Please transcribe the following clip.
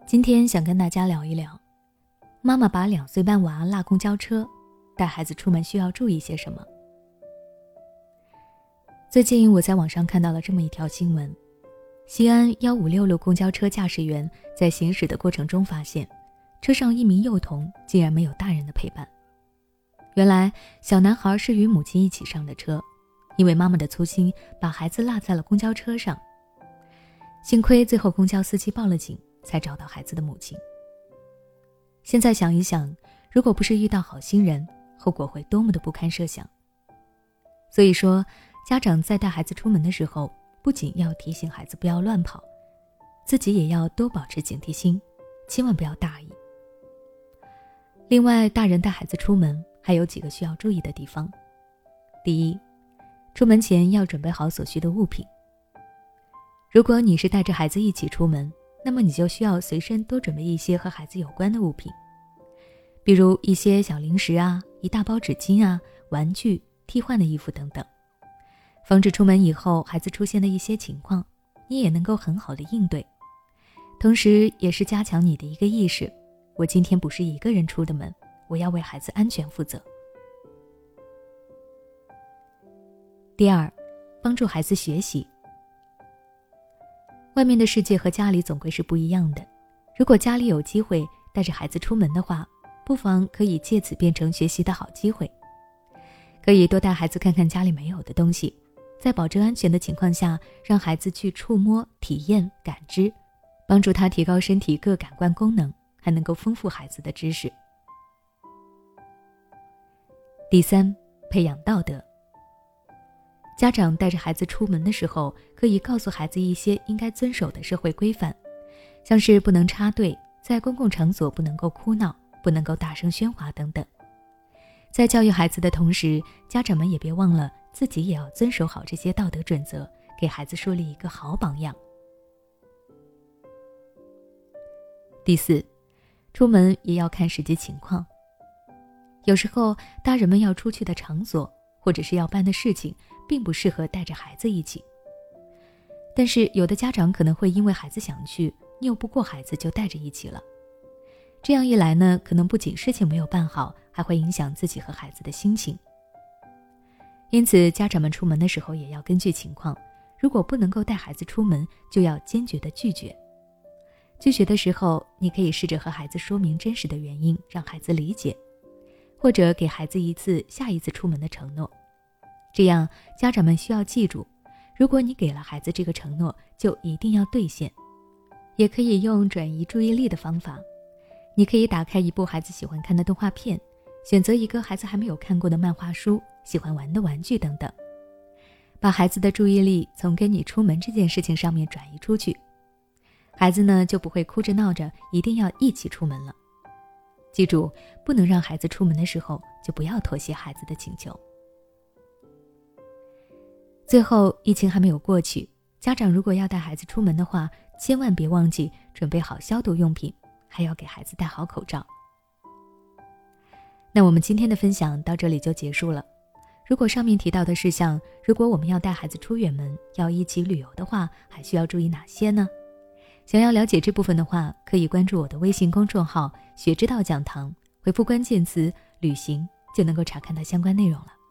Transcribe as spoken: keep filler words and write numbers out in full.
今天想跟大家聊一聊，妈妈把两岁半娃拉公交车，带孩子出门需要注意些什么。最近我在网上看到了这么一条新闻，西安一五六路公交车驾驶员在行驶的过程中发现，车上一名幼童竟然没有大人的陪伴。原来小男孩是与母亲一起上的车，因为妈妈的粗心，把孩子落在了公交车上。幸亏最后公交司机报了警，才找到孩子的母亲。现在想一想，如果不是遇到好心人，后果会多么的不堪设想。所以说，家长在带孩子出门的时候，不仅要提醒孩子不要乱跑，自己也要多保持警惕心，千万不要大意。另外，大人带孩子出门还有几个需要注意的地方。第一，出门前要准备好所需的物品。如果你是带着孩子一起出门，那么你就需要随身多准备一些和孩子有关的物品，比如一些小零食啊，一大包纸巾啊，玩具、替换的衣服等等，防止出门以后孩子出现的一些情况，你也能够很好的应对。同时也是加强你的一个意识，我今天不是一个人出的门，我要为孩子安全负责。第二，帮助孩子学习。外面的世界和家里总归是不一样的，如果家里有机会带着孩子出门的话，不妨可以借此变成学习的好机会。可以多带孩子看看家里没有的东西，在保证安全的情况下，让孩子去触摸、体验、感知，帮助他提高身体各感官功能，还能够丰富孩子的知识。第三，培养道德。家长带着孩子出门的时候，可以告诉孩子一些应该遵守的社会规范，像是不能插队，在公共场所不能够哭闹，不能够大声喧哗等等。在教育孩子的同时，家长们也别忘了自己也要遵守好这些道德准则，给孩子树立一个好榜样。第四，出门也要看实际情况。有时候大人们要出去的场所，或者是要办的事情，并不适合带着孩子一起。但是有的家长可能会因为孩子想去，拗不过孩子就带着一起了。这样一来呢，可能不仅事情没有办好，还会影响自己和孩子的心情。因此家长们出门的时候也要根据情况，如果不能够带孩子出门，就要坚决的拒绝。拒绝的时候，你可以试着和孩子说明真实的原因，让孩子理解，或者给孩子一次下一次出门的承诺。这样家长们需要记住，如果你给了孩子这个承诺，就一定要兑现。也可以用转移注意力的方法，你可以打开一部孩子喜欢看的动画片，选择一个孩子还没有看过的漫画书，喜欢玩的玩具等等，把孩子的注意力从跟你出门这件事情上面转移出去，孩子呢就不会哭着闹着一定要一起出门了。记住，不能让孩子出门的时候就不要妥协孩子的请求。最后，疫情还没有过去，家长如果要带孩子出门的话，千万别忘记准备好消毒用品，还要给孩子戴好口罩。那我们今天的分享到这里就结束了。如果上面提到的事项，如果我们要带孩子出远门，要一起旅游的话，还需要注意哪些呢？想要了解这部分的话，可以关注我的微信公众号学之道讲堂，回复关键词旅行就能够查看到相关内容了。